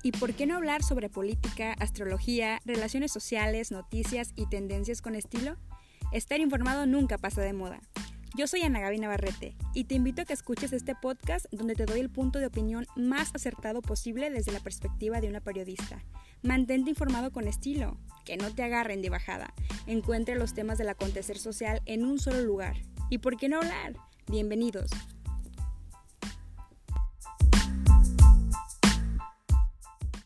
¿Y por qué no hablar sobre política, astrología, relaciones sociales, noticias y tendencias con estilo? Estar informado nunca pasa de moda. Yo soy Ana Gaby Navarrete y te invito a que escuches este podcast donde te doy el punto de opinión más acertado posible desde la perspectiva de una periodista. Mantente informado con estilo, que no te agarren de bajada. Encuentra los temas del acontecer social en un solo lugar. ¿Y por qué no hablar? Bienvenidos.